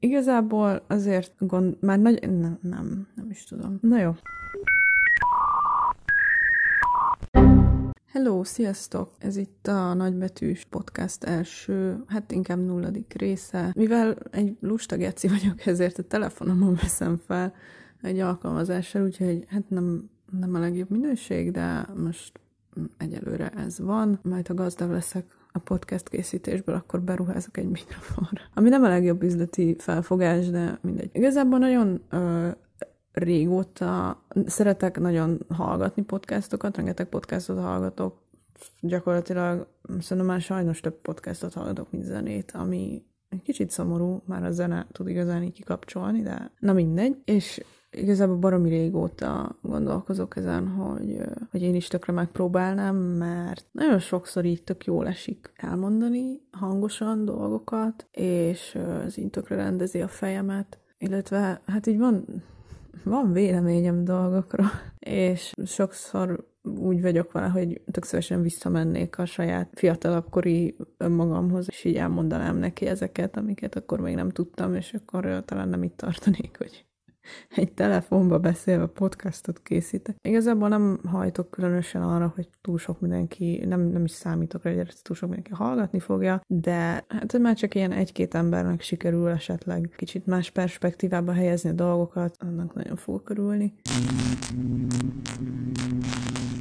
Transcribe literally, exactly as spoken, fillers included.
igazából azért gond... már nagy... Nem, nem, nem is tudom. Na jó. Hello, sziasztok! Ez itt a Nagybetűs Podcast első, hát inkább nulladik része. Mivel egy lusta geci vagyok, ezért a telefonomon veszem fel egy alkalmazással, úgyhogy hát nem, nem a legjobb minőség, de most egyelőre ez van. Majd ha gazdag leszek a podcast készítésből, akkor beruházok egy mikrofonra. Ami nem a legjobb üzleti felfogás, de mindegy. Igazából nagyon ö, régóta szeretek nagyon hallgatni podcastokat, rengeteg podcastot hallgatok, gyakorlatilag szerintem már sajnos több podcastot hallgatok, mint zenét, ami egy kicsit szomorú, már a zene tud igazán így kikapcsolni, de na mindegy, és igazából baromi régóta gondolkozok ezen, hogy, hogy én is tökre megpróbálnám, mert nagyon sokszor így tök jól esik elmondani hangosan dolgokat, és ez így tökre rendezi a fejemet, illetve hát így van, van véleményem dolgokra, és sokszor úgy vagyok vele, hogy tök szívesen visszamennék a saját fiatalabbkori önmagamhoz, és így elmondanám neki ezeket, amiket akkor még nem tudtam, és akkor talán nem itt tartanék, hogy egy telefonba beszélve podcastot készítek. Igazából nem hajtok különösen arra, hogy túl sok mindenki, nem, nem is számítok rá, hogy túl sok mindenki hallgatni fogja, de hát már csak ilyen egy-két embernek sikerül esetleg kicsit más perspektívába helyezni a dolgokat, annak nagyon fogok örülni.